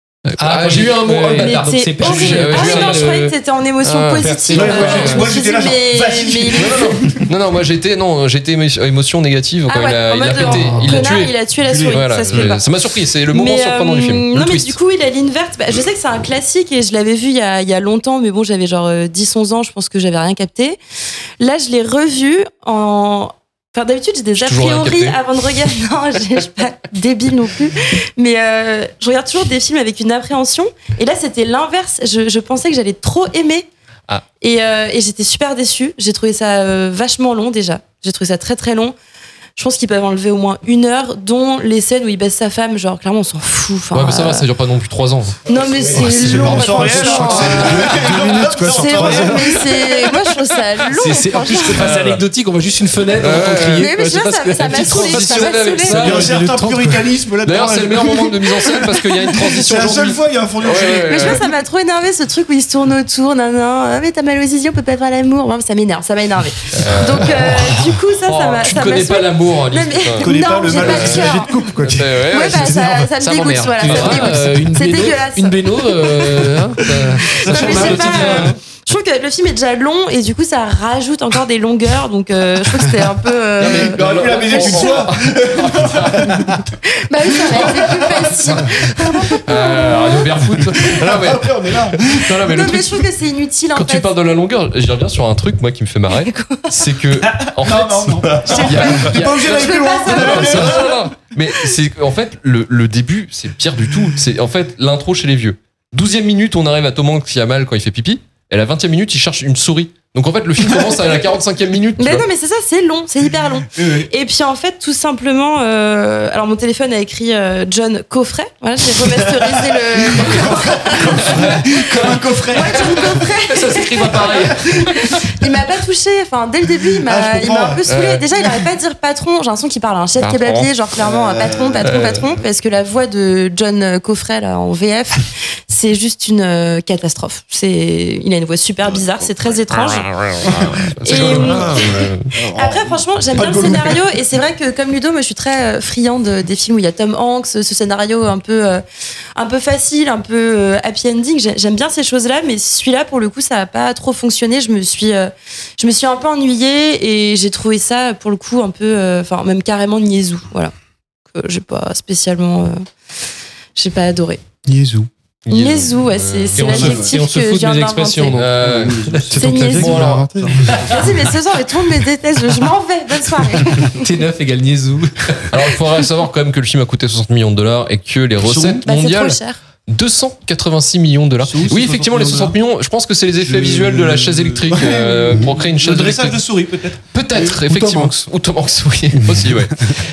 Ah, Ah, j'ai eu un mot, ouais, oh, le Mais bâtard. donc t'es c'est pas- horrible. j'ai- Ah j'ai- oui, non, je le- croyais que t'étais en émotion Ah, positive. ouais, ouais, Euh, ouais, je me moi, suis j'étais dit, là, genre, mais- vas-y. mais il est- Non, non, moi j'étais non, j'étais émo- émotion négative quand Ah ouais, il a, en il a mode, pété, oh, il l'a connard, tué. il a tué la Tué, souris. Voilà, Ça se fait je- pas. ça m'a surpris, c'est le moment Mais, surprenant du euh, film. Le Non, mais twist. du coup, il a ligne verte. Bah, je sais que c'est un classique et je l'avais vu il y a, il y a longtemps, mais bon, j'avais genre euh, dix onze ans, je pense que j'avais rien capté. Là, je l'ai revu en. Enfin, d'habitude, j'ai des a toujours rien priori capté. avant de regarder. Non, je je suis pas débile non plus. Mais euh, je regarde toujours des films avec une appréhension. Et là, c'était l'inverse. Je, je pensais que j'allais trop aimer. Ah. Et, euh, et j'étais super déçue. J'ai trouvé ça euh, vachement long déjà. J'ai trouvé ça très très long. Je pense qu'ils peuvent enlever au moins une heure, dont les scènes où il baisse sa femme. Genre, clairement, on s'en fout. Enfin, Ouais, mais ça va, euh, ça dure pas non plus trois ans. Non, mais c'est c'est long. pas en temps réel, je crois que franchement. c'est deux, deux minutes, quoi, sur C'est trois vrai, heures. mais c'est. Moi, je trouve ça long. C'est- c'est- En plus, franchement. c'est pas c'est anecdotique. On voit juste une fenêtre. On entend crier. Mais, mais je sais pas, ça- ça m'a saoulé. Ça m'a avec saoulé. ça. Il y a un certain trente, quoi. puritanisme là-dedans. D'ailleurs, c'est le meilleur moment de mise en scène parce qu'il y a une transition C'est la seule aujourd'hui. fois, il y a un fond Ouais, d'enchaîné. ouais, Mais je ouais. vois, ça m'a trop énervé ce truc où il se tourne autour, nan, nan, ah, mais t'as mal aux zizi, on peut pas faire l'amour. Bon, ça m'énerve, ça m'a énervé. Donc, euh, du coup, ça, ça m'a. Tu ça ne m'a connais pas saoulé. l'amour, Alice. Non, mais- putain. connais pas non, le j'ai mal pas aux le zizi. cœur. de coupe, quoi. Ouais, ouais, Ouais, ouais, bah, c'est- ça, ça me ça dégoûte, m'emmerde. voilà, Tu ça me verras, dégoûte. euh, une C'est béno- dégueulasse. Une béno, euh, hein, ça- ça Non, change mais le c'est pas- quotidien. hein. Je trouve que le film est déjà long et du coup ça rajoute encore des longueurs, donc euh, je trouve que c'était un peu. euh, Il aurait pu la baiser qu'une fois. Bah oui, ça aurait été plus facile. Euh, Radio Barefoot. Non, mais, Après, on est là. non, non, mais le Non, mais truc, je trouve que c'est inutile en quand tu fait. parles de la longueur, je reviens sur un truc, moi, qui me fait marrer. C'est que, en fait, Non, non, non. il y a- il y T'es a- pas obligé d'aller Je plus veux loin. pas savoir. Non, non, non, non. Mais c'est en fait le, le début, c'est pire du tout. C'est en fait l'intro chez les vieux. douzième minute, on arrive à Tom Hanks qui a mal quand il fait pipi. Et à la vingtième minute, il cherche une souris. Donc en fait, le film commence à la quarante-cinquième minute. tu Mais vois. non, mais c'est ça, c'est long, c'est hyper long. Oui, oui. Et puis en fait, tout simplement, euh, alors mon téléphone a écrit euh, John Coffret. Voilà, j'ai remasterisé le. Comme un coffret. Ouais, John Coffret. Ça s'écrit pas pareil. Il m'a pas touché. Enfin, dès le début, il m'a, Ah, je il m'a un comprends. peu saoulé. Ouais. Déjà, il arrête pas de dire patron. J'ai l'impression qu'il parle à un chef Patron. kebabier, genre clairement un patron, patron, Euh. patron, parce que la voix de John Coffret là en V F, c'est juste une euh, catastrophe. C'est, il a une voix super bizarre, c'est très étrange. C'est Et, comme- euh, Après, franchement, j'aime Pas bien de le Gollum. scénario et c'est vrai que comme Ludo, moi, je suis très euh, friande des films où il y a Tom Hanks, ce scénario un peu, euh, un peu facile, un peu euh, happy ending. J'ai- J'aime bien ces choses-là, mais celui-là, pour le coup, ça a pas trop fonctionné. Je me suis, euh, je me suis un peu ennuyée et j'ai trouvé ça, pour le coup, un peu, euh, enfin, même carrément niaisou. Voilà. euh, j'ai pas spécialement, euh, j'ai pas adoré. Niaisou. Niaisou, ouais, c'est, c'est Et on se- l'adjectif et on se que je fout de viens mes d'inventer. expressions, donc. Euh, C'est ton clavier niaisou. qui l'a inventé. Vas-y, mais ce soir, mais tout le monde me déteste, je, je m'en vais, bonne soirée. T neuf égale Niaisou. Alors, il faudrait savoir quand même que le film a coûté soixante millions de dollars et que les recettes Bah, c'est mondiales. trop cher. deux cent quatre-vingt-six millions de dollars. C'est où, ces Oui, effectivement, les soixante millions, je pense que c'est les effets Je- visuels de la chaise électrique Ouais. euh, pour créer une Le chaise dressage électrique. de souris, peut-être. Peut-être, Ou effectivement. Tom Hanks. Ou Tom Hanks, oui, aussi, ouais.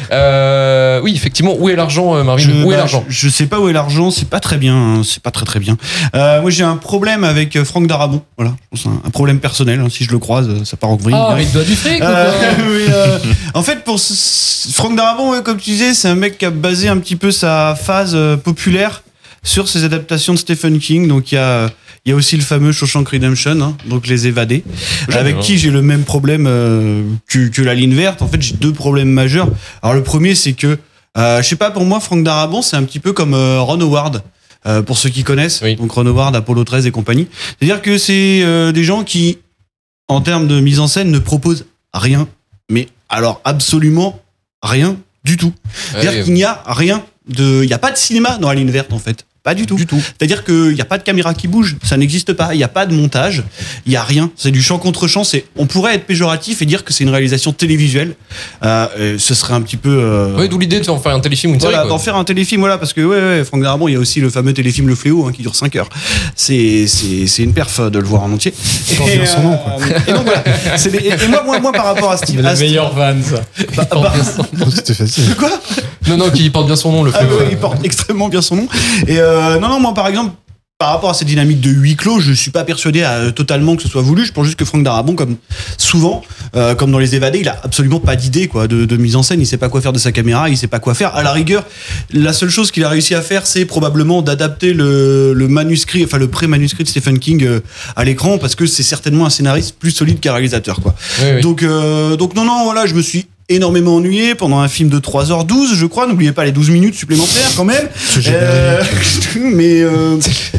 Euh, oui, effectivement, où est l'argent, euh, Marvin Je, Où est bah, l'argent je, je sais pas où est l'argent, c'est pas très bien, hein, c'est pas très très bien. Euh, moi j'ai un problème avec euh, Franck Darabont, voilà, je pense un, un problème personnel, hein, si je le croise, euh, ça part en vrille. Ah, direct. mais il doit du fric ou Euh, quoi oui, euh, en fait, pour ce- ce- Franck Darabont, ouais, comme tu disais, c'est un mec qui a basé un petit peu sa phase euh, populaire sur ses adaptations de Stephen King. Donc il y a, il y a aussi le fameux Shawshank Redemption, hein, donc Les Évadés, avec qui j'ai le même problème euh, que, que La Ligne Verte. En fait, j'ai deux problèmes majeurs. Alors le premier, c'est que, euh, je sais pas, pour moi, Franck Darabont, c'est un petit peu comme euh, Ron Howard. Euh, pour ceux qui connaissent, Oui. donc Ron Howard, Apollo treize et compagnie. C'est-à-dire que c'est euh, des gens qui, en termes de mise en scène, ne proposent rien, mais alors absolument rien du tout. C'est-à-dire Ouais, qu'il n'y a rien de, il n'y a pas de cinéma dans La Ligne Verte en fait. Pas du tout. Du tout. C'est-à-dire qu'il n'y a pas de caméra qui bouge, ça n'existe pas. Il n'y a pas de montage, il n'y a rien. C'est du champ contre champ. C'est, on pourrait être péjoratif et dire que c'est une réalisation télévisuelle. Euh, euh, ce serait un petit peu. Euh, Oui, d'où l'idée de faire faire un téléfilm ou une voilà, série. d'en quoi. faire un téléfilm, voilà, parce que ouais, ouais, Franck Darabont, il y a aussi le fameux téléfilm Le Fléau, hein, qui dure cinq heures. C'est, c'est, c'est une perf de le voir en entier. Il porte bien son nom, quoi. euh, et donc voilà. C'est des- et, et moi, moi, moi, par rapport à Steve, C'est à la Steve- meilleure vanne, ça. bah, bah, Oh, C'était facile. quoi Non, non, qui porte bien son nom, le Ah fait. ouais, il porte extrêmement bien son nom. Et euh, non, non, moi par exemple, par rapport à cette dynamique de huis clos, je suis pas persuadé à, totalement que ce soit voulu. Je pense juste que Franck Darabont, comme souvent, euh, comme dans Les Évadés, il a absolument pas d'idée quoi de, de mise en scène. Il sait pas quoi faire de sa caméra, il sait pas quoi faire. À la rigueur, la seule chose qu'il a réussi à faire, c'est probablement d'adapter le, le manuscrit, enfin le pré-manuscrit de Stephen King euh, à l'écran, parce que c'est certainement un scénariste plus solide qu'un réalisateur quoi. Oui, oui. Donc, euh, donc non, non, voilà, je me suis énormément ennuyé pendant un film de trois heures douze, je crois. N'oubliez pas les douze minutes supplémentaires quand même. Ce générique. Euh, mais euh,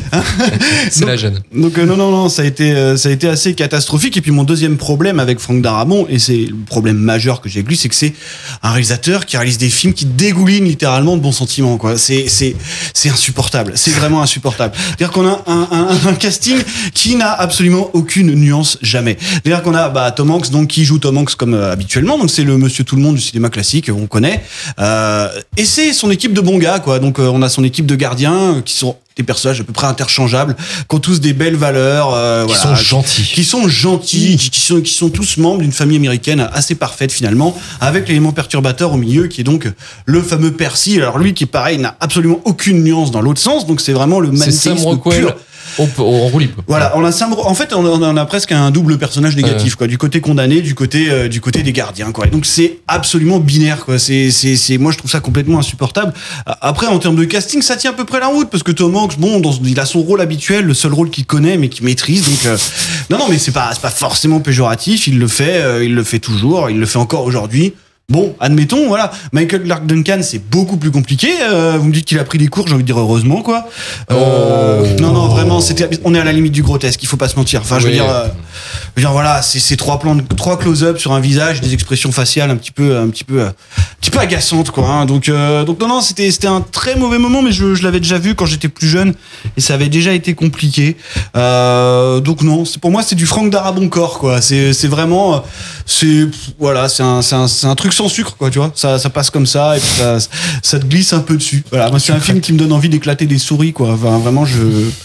C'est donc- la gêne. donc euh, non, non, non, ça a été, euh, ça a été assez catastrophique. Et puis mon deuxième problème avec Franck Darabont, et c'est le problème majeur que j'ai avec lui, c'est que c'est un réalisateur qui réalise des films qui dégoulinent littéralement de bons sentiments. Quoi. C'est, c'est, c'est insupportable. C'est vraiment insupportable. C'est-à-dire qu'on a un, un, un casting qui n'a absolument aucune nuance jamais. C'est-à-dire qu'on a bah, Tom Hanks, donc qui joue Tom Hanks comme euh, habituellement. Donc c'est le Monsieur Tout le Monde du cinéma classique, on connaît. Euh, et c'est son équipe de bons gars, quoi. Donc euh, on a son équipe de gardiens euh, qui sont des personnages à peu près interchangeables, qui ont tous des belles valeurs, euh, Qui voilà, sont gentils. qui sont gentils, qui, qui sont, qui sont tous membres d'une famille américaine assez parfaite finalement, avec l'élément perturbateur au milieu qui est donc le fameux Percy. Alors lui qui pareil n'a absolument aucune nuance dans l'autre sens, donc c'est vraiment le C'est Sam manichéisme Rockwell pur. au, au, en roue libre. Voilà, on a Sam- en fait on a, on a presque un double personnage négatif quoi, du côté condamné, du côté euh, du côté des gardiens quoi. Et donc c'est absolument binaire quoi. C'est c'est c'est moi je trouve ça complètement insupportable. Après en termes de casting, ça tient à peu près la route parce que Tom Hanks bon dans, il a son rôle habituel, le seul rôle qu'il connaît mais qu'il maîtrise donc euh, non non mais c'est pas c'est pas forcément péjoratif, il le fait euh, il le fait toujours, il le fait encore aujourd'hui. Bon, admettons, voilà. Michael Clark Duncan, c'est beaucoup plus compliqué. Euh, vous me dites qu'il a pris des cours, j'ai envie de dire heureusement, quoi. Euh, Oh. Non, non, vraiment, c'était, on est à la limite du grotesque. Il faut pas se mentir. Enfin, je veux Oui. dire, euh, je veux dire, voilà, c'est, c'est trois plans, de- trois close-up sur un visage, des expressions faciales un petit peu, un petit peu, euh, un petit peu agaçantes, quoi. Hein. Donc, euh, donc non, non, c'était, c'était un très mauvais moment, mais je, je l'avais déjà vu quand j'étais plus jeune et ça avait déjà été compliqué. Euh, donc non, c'est pour moi, c'est du Franck Darabont corps, quoi. C'est, c'est vraiment, euh, c'est, voilà, c'est un, c'est un, c'est un truc sans sucre, quoi, tu vois. Ça, ça passe comme ça et puis ça, ça te glisse un peu dessus. Voilà, moi, c'est un film qui me donne envie d'éclater des souris, quoi. Enfin, vraiment, je.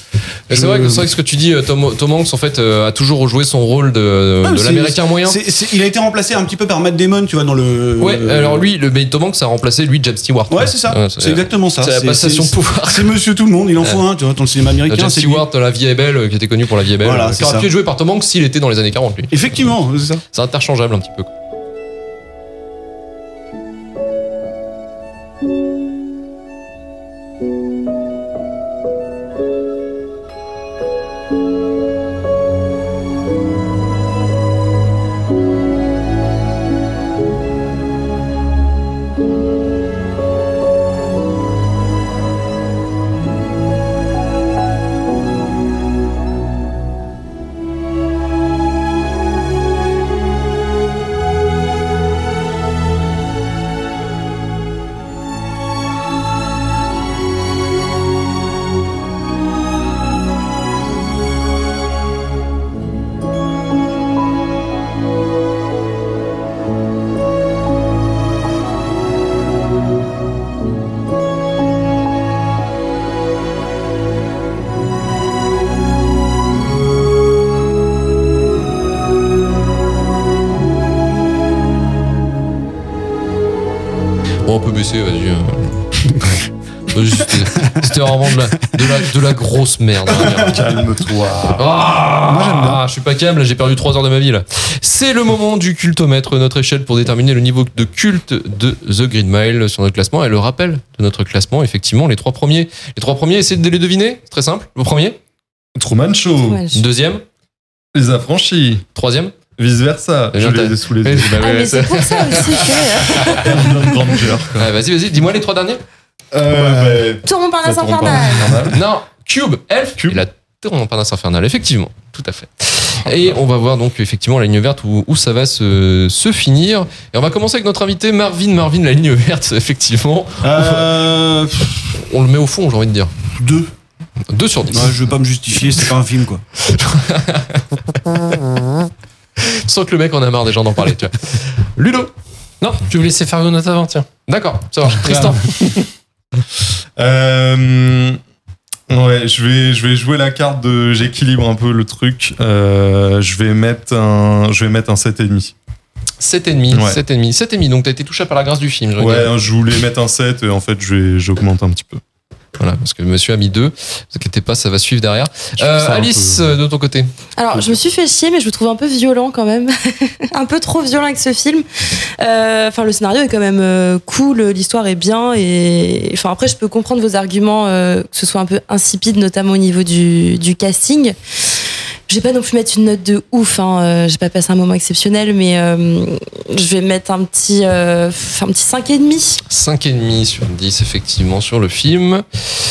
Et C'est je- vrai, que, c'est vrai que ce que tu dis, euh, Tom, Tom Hanks en fait euh, a toujours joué son rôle de, Ah, de c'est- l'américain moyen. c'est- c'est- il a été remplacé un petit peu par Matt Damon, tu vois, dans le. Ouais, alors lui, le mais Tom Hanks a remplacé lui James Stewart. Ouais, c'est ça. Ouais, c'est exactement ça. C'est la passation de pouvoir. C'est Monsieur Tout le Monde. Il en faut un, tu vois, dans le cinéma américain. James c'est lui. Stewart, La Vie est belle, euh, qui était connu pour La Vie est belle, Voilà, euh, c'est qui aurait ça. pu être joué par Tom Hanks s'il était dans les années quarante, lui. Effectivement, c'est ça. C'est interchangeable un petit peu. Bon, on peut baisser, vas-y. Vas-y, C'était c'était vraiment de la, de la, de la grosse merde. hein. Calme-toi. Ah, Moi j'aime bien. Je suis pas calme, là j'ai perdu trois heures de ma vie là. C'est le moment du cultomètre, notre échelle pour déterminer le niveau de culte de The Green Mile sur notre classement. Et le rappel de notre classement, effectivement, les trois premiers. Les trois premiers, essayez de les deviner, c'est très simple. Le premier, Truman Show. Truman Show. deuxième, Les Affranchis. troisième. Vice versa. Eh Je bien, l'ai t'as- sous les Ouais, yeux. bah Ah, ouais, mais c'est- c'est pour ça aussi que. Hermione Granger. quoi. Ouais, vas-y, vas-y, dis-moi les trois derniers. Euh, bah, Tour Montparnasse ça tombe pas. infernal. Non, Cube, Elf, Cube. et la Tour Montparnasse infernale, effectivement, tout à fait. Et on va voir donc effectivement la ligne verte où, où ça va se, se finir. Et on va commencer avec notre invité Marvin. Marvin, la ligne verte, effectivement. Euh, On le met au fond, j'ai envie de dire. deux. deux sur dix. Ouais, je veux pas me justifier, c'est pas un film quoi. Je sens que le mec en a marre des gens d'en parler, tu vois. Ludo. Non, je vais vous laisser faire vos notes avant, tiens. D'accord, ça marche. Tristan. Euh, ouais, je vais, je vais jouer la carte de. J'équilibre un peu le truc. Euh, je vais mettre un, je vais mettre un sept virgule cinq. sept virgule cinq. Ouais. sept virgule cinq. sept virgule cinq. Donc t'as été touché par la grâce du film. je regarde. Ouais, je voulais mettre un sept et en fait, je vais, j'augmente un petit peu. Voilà, parce que monsieur a mis deux. Ne vous inquiétez pas, ça va suivre derrière. Je Euh, trouve ça un Alice, peu- euh, de ton côté. Alors, je me suis fait chier, mais je le trouve un peu violent quand même. Un peu trop violent avec ce film. Euh, Enfin, le scénario est quand même euh, cool, l'histoire est bien. Et enfin, après, je peux comprendre vos arguments, euh, que ce soit un peu insipide, notamment au niveau du, du casting. Je vais pas non plus mettre une note de ouf, hein. euh, j'ai pas passé un moment exceptionnel, mais euh, je vais mettre un petit, euh, un petit cinq virgule cinq. cinq virgule cinq sur dix, effectivement, sur le film.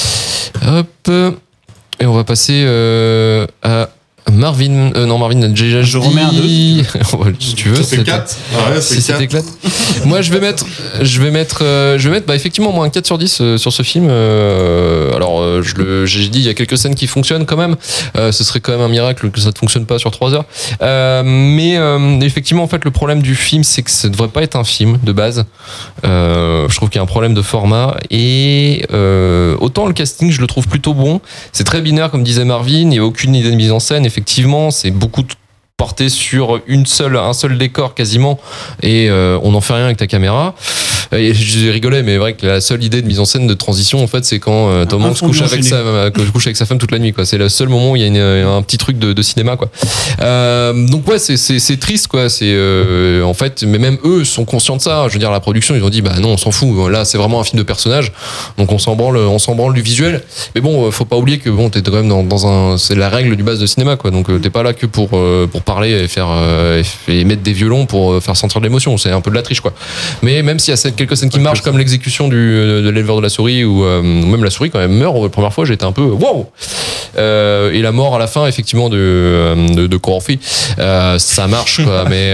Hop. Et on va passer euh, à Marvin. Euh, non, Marvin a déjà Je remets un dit. Ouais, si tu veux. Ça fait c'est- quatre. Ouais, Si c'est ça quatre. t'éclate. Moi, je vais mettre, je vais mettre, euh, je vais mettre, bah, effectivement, moi, un quatre sur dix euh, sur ce film. Euh, alors, euh, je le, j'ai dit, il y a quelques scènes qui fonctionnent quand même. Euh, ce serait quand même un miracle que ça ne fonctionne pas sur trois heures. Euh, mais euh, effectivement, en fait, le problème du film, c'est que ça ne devrait pas être un film de base. Euh, je trouve qu'il y a un problème de format. Et euh, autant le casting, je le trouve plutôt bon. C'est très binaire, comme disait Marvin. Il n'y a aucune idée de mise en scène. Effectivement, c'est beaucoup de porté sur une seule, un seul décor quasiment, et euh, on n'en fait rien avec ta caméra. Et je rigolais, mais c'est vrai que la seule idée de mise en scène de transition, en fait, c'est quand euh, Tom Un Hanks fondu couche avec, enchaîné. sa, euh, couche avec sa femme toute la nuit, quoi. C'est le seul moment où il y a une, un petit truc de, de cinéma, quoi. Euh, donc ouais, c'est, c'est, c'est triste, quoi. C'est euh, en fait, mais même eux sont conscients de ça. Je veux dire, la production, ils ont dit, bah non, on s'en fout. Là, c'est vraiment un film de personnage, donc on s'en branle, on s'en branle du visuel. Mais bon, faut pas oublier que bon, t'es quand même dans, dans un, c'est la règle du base de cinéma, quoi. Donc euh, t'es pas là que pour euh, pour parler et faire euh, et mettre des violons pour euh, faire sentir de l'émotion. C'est un peu de la triche, quoi. Mais même s'il y a quelques scènes qui marchent, comme l'exécution du, de l'éleveur de la souris, ou euh, même la souris quand elle meurt la première fois, j'étais un peu wow. Euh, et la mort à la fin, effectivement, de de, de Corfi, euh, ça marche, quoi. Mais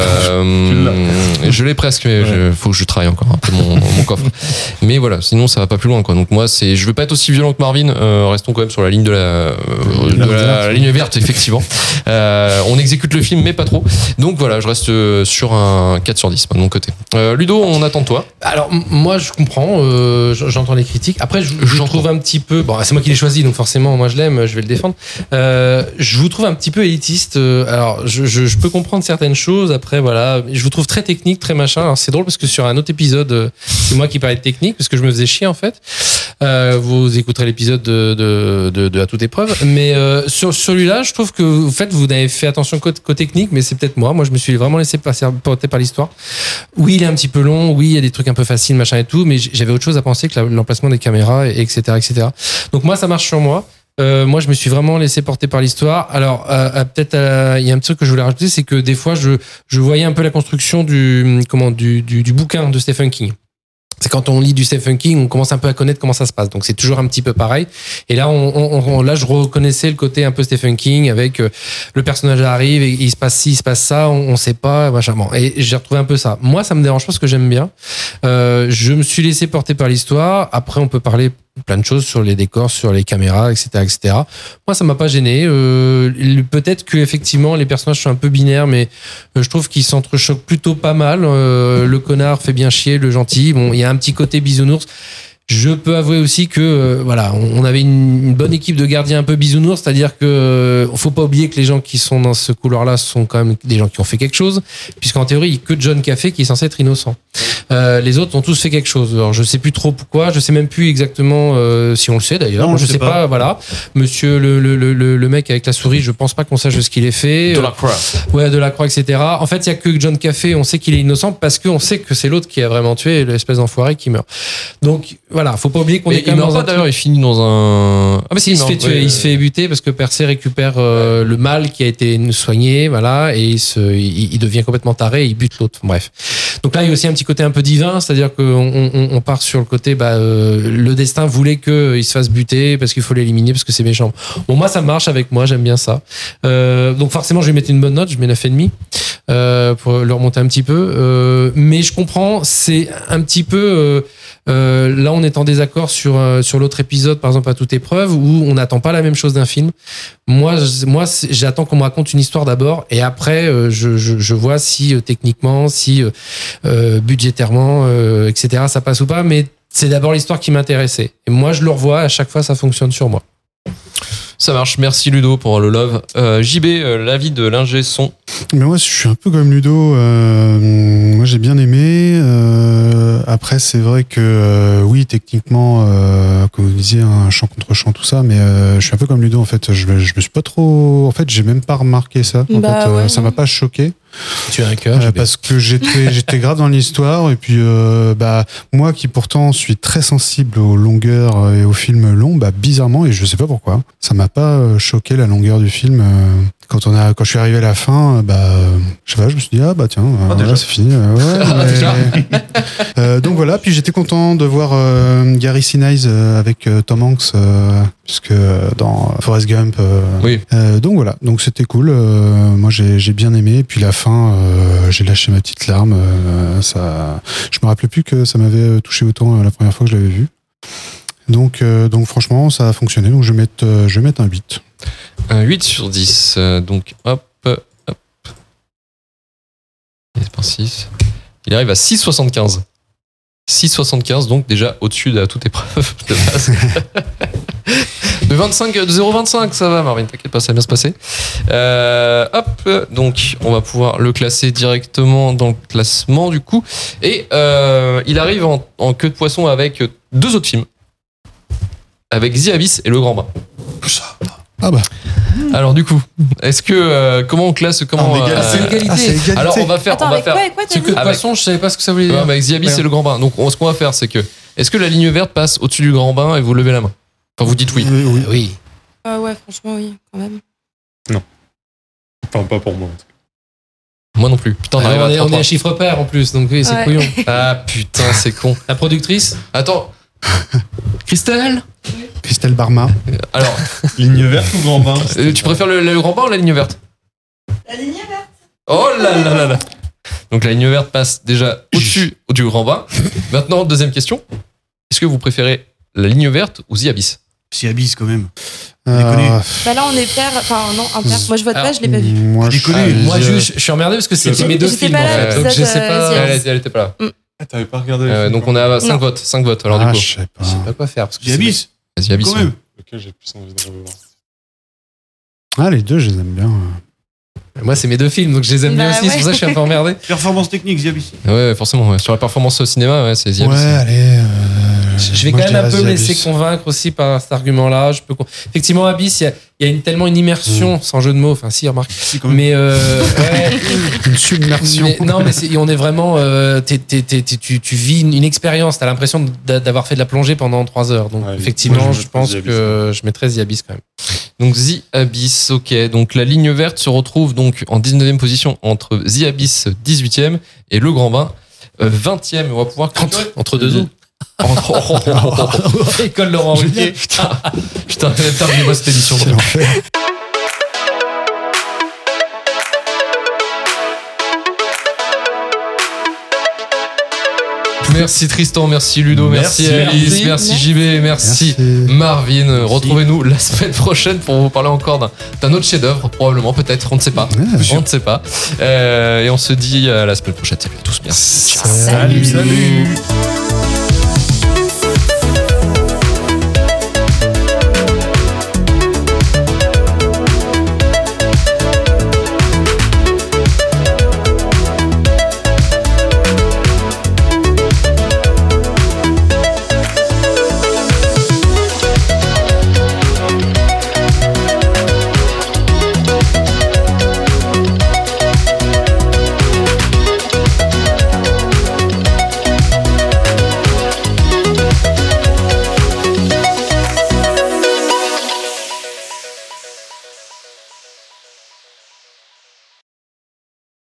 euh, je l'ai presque, mais il faut que je travaille encore un peu mon, mon coffre. Mais voilà, sinon ça va pas plus loin, quoi. Donc moi, c'est, je veux pas être aussi violent que Marvin. Euh, restons quand même sur la ligne de la, euh, de la, la ligne verte, effectivement. Euh, on exécute le film, mais pas trop. Donc voilà, je reste sur un quatre sur dix de mon côté. Euh, Ludo, on attend de toi. Alors, m- moi, je comprends, euh, j- j'entends les critiques. Après, je, je J'entends. trouve un petit peu. Bon, c'est moi qui l'ai choisi, donc forcément, moi, je l'aime, je vais le défendre. Euh, je vous trouve un petit peu élitiste. euh, Alors, je, je, je peux comprendre certaines choses. Après, voilà, je vous trouve très technique, très machin. Alors, c'est drôle parce que sur un autre épisode, euh, c'est moi qui parlais de technique parce que je me faisais chier, en fait. Euh, vous écouterez l'épisode de, de, de, de À toute épreuve. Mais euh, sur celui-là, je trouve que, en fait, vous n'avez fait attention qu'au qu'au technique, mais c'est peut-être moi. Moi, je me suis vraiment laissé passer porter par l'histoire. Oui, il est un petit peu long. Oui, il y a des trucs un peu faciles, machin et tout. Mais j'avais autre chose à penser que la- l'emplacement des caméras, et etc., et cetera. Donc moi, ça marche sur moi. Euh, moi, je me suis vraiment laissé porter par l'histoire. Alors, euh, euh, peut-être, euh, il y a un petit truc que je voulais rajouter, c'est que des fois, je, je voyais un peu la construction du, comment, du, du, du bouquin de Stephen King. C'est quand on lit du Stephen King, on commence un peu à connaître comment ça se passe. Donc c'est toujours un petit peu pareil. Et là, on, on, on- là, je reconnaissais le côté un peu Stephen King avec euh, le personnage arrive et il se passe ci, il se passe ça, on, on sait pas, machin. Bon, et j'ai retrouvé un peu ça. Moi, ça me dérange pas parce que j'aime bien. Euh, je me suis laissé porter par l'histoire. Après, on peut parler plein de choses sur les décors, sur les caméras, et cetera, et cetera. Moi, ça m'a pas gêné. Euh, le- peut-être que effectivement, les personnages sont un peu binaires, mais euh, je trouve qu'ils s'entrechoquent plutôt pas mal. Euh, le connard fait bien chier le gentil. Bon, il y a un petit côté bisounours. Je peux avouer aussi que euh, voilà, on, on avait une, une bonne équipe de gardiens un peu bisounours, c'est-à-dire que euh, faut pas oublier que les gens qui sont dans ce couloir-là sont quand même des gens qui ont fait quelque chose, puisqu'en théorie, il y a que John Caffey qui est censé être innocent. Euh, les autres ont tous fait quelque chose. Alors je sais plus trop pourquoi, je sais même plus exactement euh, si on le sait d'ailleurs. Non, Moi, je je sais sais pas. pas. Voilà, Monsieur le, le le le le mec avec la souris, je pense pas qu'on sache ce qu'il ait fait. De la croix. Ouais, de la croix, et cetera. En fait, il y a que John Caffey, on sait qu'il est innocent parce qu'on sait que c'est l'autre qui a vraiment tué l'espèce d'enfoiré qui meurt. Donc voilà, faut pas oublier qu'on Mais est quand il même meurt dans pas un d'ailleurs, il finit dans un. Ah, mais si, il se meurt, fait tuer, ouais, il se fait buter parce que Percé récupère euh, le mal qui a été soigné, voilà, et il, se, il, il devient complètement taré et il bute l'autre. Bref. Donc là, il y a aussi un petit côté un peu divin, c'est-à-dire qu'on on, on part sur le côté, bah, euh, le destin voulait qu'il se fasse buter parce qu'il faut l'éliminer parce que c'est méchant. Bon, moi, ça marche avec moi, j'aime bien ça. Euh, donc forcément, je vais mettre une bonne note, je mets neuf virgule cinq euh, pour le remonter un petit peu. Euh, mais je comprends, c'est un petit peu... Euh, Euh, là, on est en désaccord sur euh, sur l'autre épisode, par exemple à toute épreuve, où on n'attend pas la même chose d'un film. Moi, je- moi, c'est- j'attends qu'on me raconte une histoire d'abord, et après, euh, je, je je vois si euh, techniquement, si euh, euh, budgétairement, euh, et cetera, ça passe ou pas. Mais c'est d'abord l'histoire qui m'intéressait. Et moi, je le revois à chaque fois, ça fonctionne sur moi. Ça marche, merci Ludo pour le love. Euh, J B, euh, l'avis de l'ingé son. Mais moi, je suis un peu comme Ludo. Euh, moi, j'ai bien aimé. Euh, après, c'est vrai que euh, oui, techniquement, euh, comme vous disiez, un chant contre chant, tout ça. Mais euh, je suis un peu comme Ludo. En fait, je, je me suis pas trop. En fait, j'ai même pas remarqué ça. En Bah fait, euh, ouais, ça non. m'a pas choqué. Tu as un cœur. Euh, parce que j'étais j'étais grave dans l'histoire et puis euh, bah moi qui pourtant suis très sensible aux longueurs et aux films longs, bah bizarrement et je sais pas pourquoi, ça m'a pas euh, choqué la longueur du film. euh, Quand on a quand je suis arrivé à la fin, euh, bah euh, je sais pas, je me suis dit ah bah tiens, euh, Ah, déjà. voilà, c'est fini. euh, ouais, Ah, mais- déjà. Euh, donc voilà, puis j'étais content de voir euh, Gary Sinise euh, avec euh, Tom Hanks euh, puisque euh, dans Forrest Gump. euh, Oui. euh, donc voilà, donc c'était cool. Euh, moi j'ai j'ai bien aimé. Et puis la fin, euh, j'ai lâché ma petite larme. Euh, ça, je me rappelais plus que ça m'avait touché autant euh, la première fois que je l'avais vu. Donc donc, euh, donc franchement, ça a fonctionné. Donc je vais mettre, euh, je vais mettre un huit. Un huit sur dix. euh, donc, hop, hop. Et par six. Il arrive à six virgule soixante-quinze. six virgule soixante-quinze, donc déjà au-dessus de toute épreuve de base. de vingt-cinq, de zéro virgule vingt-cinq, ça va, Marvin, t'inquiète pas, ça va bien se passer. Euh, hop, donc on va pouvoir le classer directement dans le classement du coup. Et euh, il arrive en, en queue de poisson avec deux autres films. Avec The Abyss et Le Grand Bain. Ah bah. Alors du coup, est-ce que euh, comment on classe comment En égalité. euh, C'est l'égalité. Ah, c'est égalité. Alors on va faire, Attends, on va avec faire. quoi, avec quoi t'as C'est dit que de Avec- poisson, je savais pas ce que ça voulait Ouais, dire. mais avec The Abyss Merde. et Le Grand Bain. Donc on- ce qu'on va faire, c'est que est-ce que la ligne verte passe au-dessus du Grand Bain et vous levez la main. Enfin vous dites oui. Oui, oui. Oui. Ah ouais, franchement, oui, quand même. Enfin, pas pour moi. en tout cas. Moi non plus. Putain, on Ah, arrive on, à est, on est trente-trois. à chiffre pair en plus, donc oui, c'est Ouais. couillon. Ah putain, c'est con. La productrice. Attends. Christelle. Christelle Barma. Alors, Ligne verte ou grand bain euh, tu préfères le, le Grand Bain ou la ligne verte? La ligne verte. Oh là là là là. Donc la ligne verte passe déjà au-dessus du Grand Bain. Maintenant, deuxième question. Est-ce que vous préférez la ligne verte ou The Abyss? Si Abyss quand même. Euh, Déconner. Bah là, on est pair. Enfin, non, impair. Moi, je vote Alors, pas, je l'ai pas vu. Moi, je, Déconner. suis- Moi, je, je suis emmerdé parce que c'était J'étais mes deux pas films. là, en fait. Donc je l'épisode, sais euh, pas. The elle, était, elle était pas là. Ah, t'avais pas regardé le Euh, film, donc quoi. on est à cinq Non. votes. cinq votes alors ah, du coup. je sais pas. Je sais pas quoi faire parce que Si Abyss, Vas-y, Abyss. quand même. Lequel j'ai plus envie de revoir. Ah, les deux, je les aime bien. c'est- Moi, c'est mes deux films, donc je les aime bien Bah aussi. C'est pour ça que je suis un peu emmerdé. Performance technique, The Abyss. Ouais, forcément. Ouais. Sur la performance au cinéma, ouais, c'est The Abyss. Ouais, allez. euh, Je vais moi, quand même un dirais peu The me laisser Abyss. convaincre aussi par cet argument-là. Je peux con- effectivement Abyss, il y a, il y a une, tellement une immersion, sans jeu de mots. Enfin, si, remarque. Si, quand même. Mais euh, ouais, Une submersion. mais- non, mais c'est- on est vraiment. Euh, t'es- t'es- t'es- t'es- tu, tu vis une, une expérience. T'as l'impression d'a- d'avoir fait de la plongée pendant trois heures. Donc Ouais, effectivement, moi, je je mettrais pense The Abyss, que je mettrais The Abyss quand même. Donc The Abyss, ok. Donc la ligne verte se retrouve donc en dix-neuvième position entre The Abyss dix-huitième et Le Grand Bain euh, vingtième. On va pouvoir Entre, entre deux eaux. Entre- oh, oh, oh, oh, oh. École Laurent Ruquier. Putain, putain, terminez-moi cette émission. Quel enfer. Merci Tristan, merci Ludo, merci, Merci. Alice, merci, Merci. J B, merci, Merci. Marvin. Retrouvez-nous la semaine prochaine pour vous parler encore d'un, d'un autre chef-d'œuvre, probablement, peut-être, on ne sait pas. Ouais, On ne sait pas. Euh, et on se dit à la semaine prochaine. Salut à tous, merci. Ciao. Salut. Salut.